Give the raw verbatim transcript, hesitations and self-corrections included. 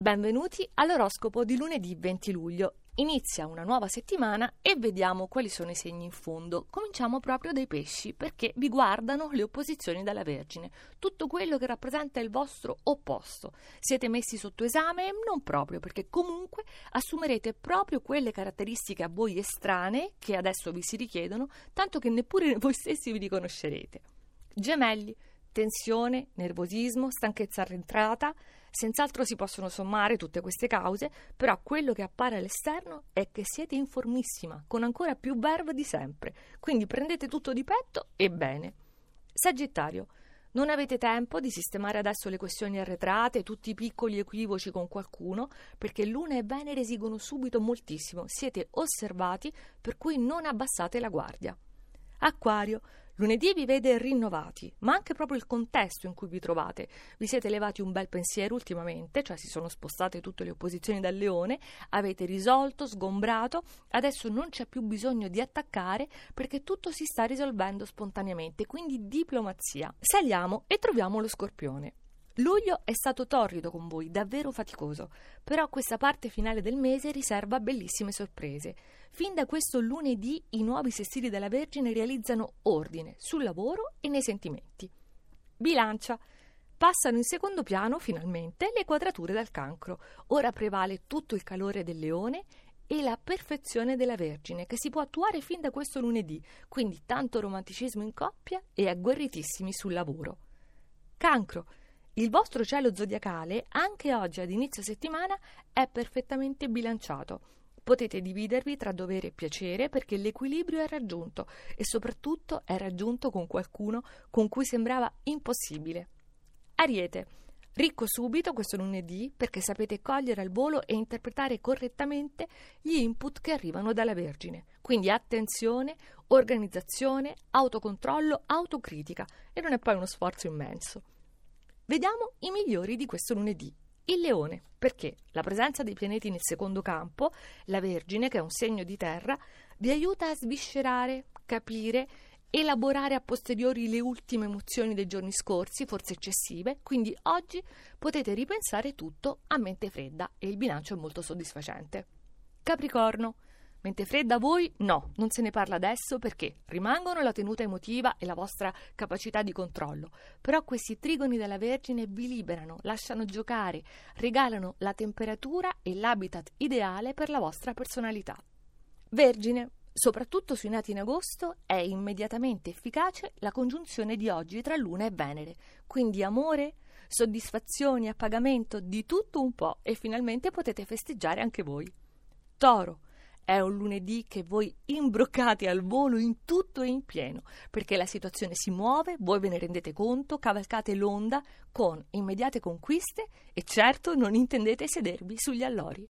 Benvenuti all'oroscopo di lunedì venti luglio. Inizia una nuova settimana e vediamo quali sono i segni in fondo. Cominciamo proprio dai pesci, perché vi guardano le opposizioni dalla Vergine, tutto quello che rappresenta il vostro opposto. Siete messi sotto esame? Non proprio, perché comunque assumerete proprio quelle caratteristiche a voi estranee che adesso vi si richiedono, tanto che neppure voi stessi vi riconoscerete. Gemelli. Tensione, nervosismo, stanchezza arretrata, senz'altro si possono sommare tutte queste cause, però quello che appare all'esterno è che siete in formissima, con ancora più verve di sempre, quindi prendete tutto di petto e bene. Sagittario, non avete tempo di sistemare adesso le questioni arretrate, tutti i piccoli equivoci con qualcuno, perché Luna e Venere esigono subito moltissimo, siete osservati, per cui non abbassate la guardia. Acquario, lunedì vi vede rinnovati, ma anche proprio il contesto in cui vi trovate. Vi siete levati un bel pensiero ultimamente, cioè si sono spostate tutte le opposizioni dal leone, avete risolto, sgombrato, adesso non c'è più bisogno di attaccare perché tutto si sta risolvendo spontaneamente, quindi diplomazia. Saliamo e troviamo lo Scorpione. Luglio è stato torrido con voi, davvero faticoso, però questa parte finale del mese riserva bellissime sorprese. Fin da questo lunedì i nuovi sestili della Vergine realizzano ordine sul lavoro e nei sentimenti. Bilancia. Passano in secondo piano finalmente le quadrature dal Cancro. Ora prevale tutto il calore del Leone e la perfezione della Vergine, che si può attuare fin da questo lunedì, quindi tanto romanticismo in coppia e agguerritissimi sul lavoro. Cancro. Il vostro cielo zodiacale, anche oggi ad inizio settimana, è perfettamente bilanciato. Potete dividervi tra dovere e piacere perché l'equilibrio è raggiunto e soprattutto è raggiunto con qualcuno con cui sembrava impossibile. Ariete. Ricco subito questo lunedì perché sapete cogliere al volo e interpretare correttamente gli input che arrivano dalla Vergine. Quindi attenzione, organizzazione, autocontrollo, autocritica e non è poi uno sforzo immenso. Vediamo i migliori di questo lunedì. Il Leone, perché la presenza dei pianeti nel secondo campo, la Vergine, che è un segno di terra, vi aiuta a sviscerare, capire, elaborare a posteriori le ultime emozioni dei giorni scorsi, forse eccessive, quindi oggi potete ripensare tutto a mente fredda e il bilancio è molto soddisfacente. Capricorno. Mente fredda a voi? No, non se ne parla adesso perché rimangono la tenuta emotiva e la vostra capacità di controllo. Però questi trigoni della Vergine vi liberano, lasciano giocare, regalano la temperatura e l'habitat ideale per la vostra personalità. Vergine, soprattutto sui nati in agosto, è immediatamente efficace la congiunzione di oggi tra Luna e Venere. Quindi amore, soddisfazioni, appagamento, di tutto un po' e finalmente potete festeggiare anche voi. Toro. È un lunedì che voi imbroccate al volo in tutto e in pieno, perché la situazione si muove, voi ve ne rendete conto, cavalcate l'onda con immediate conquiste e certo non intendete sedervi sugli allori.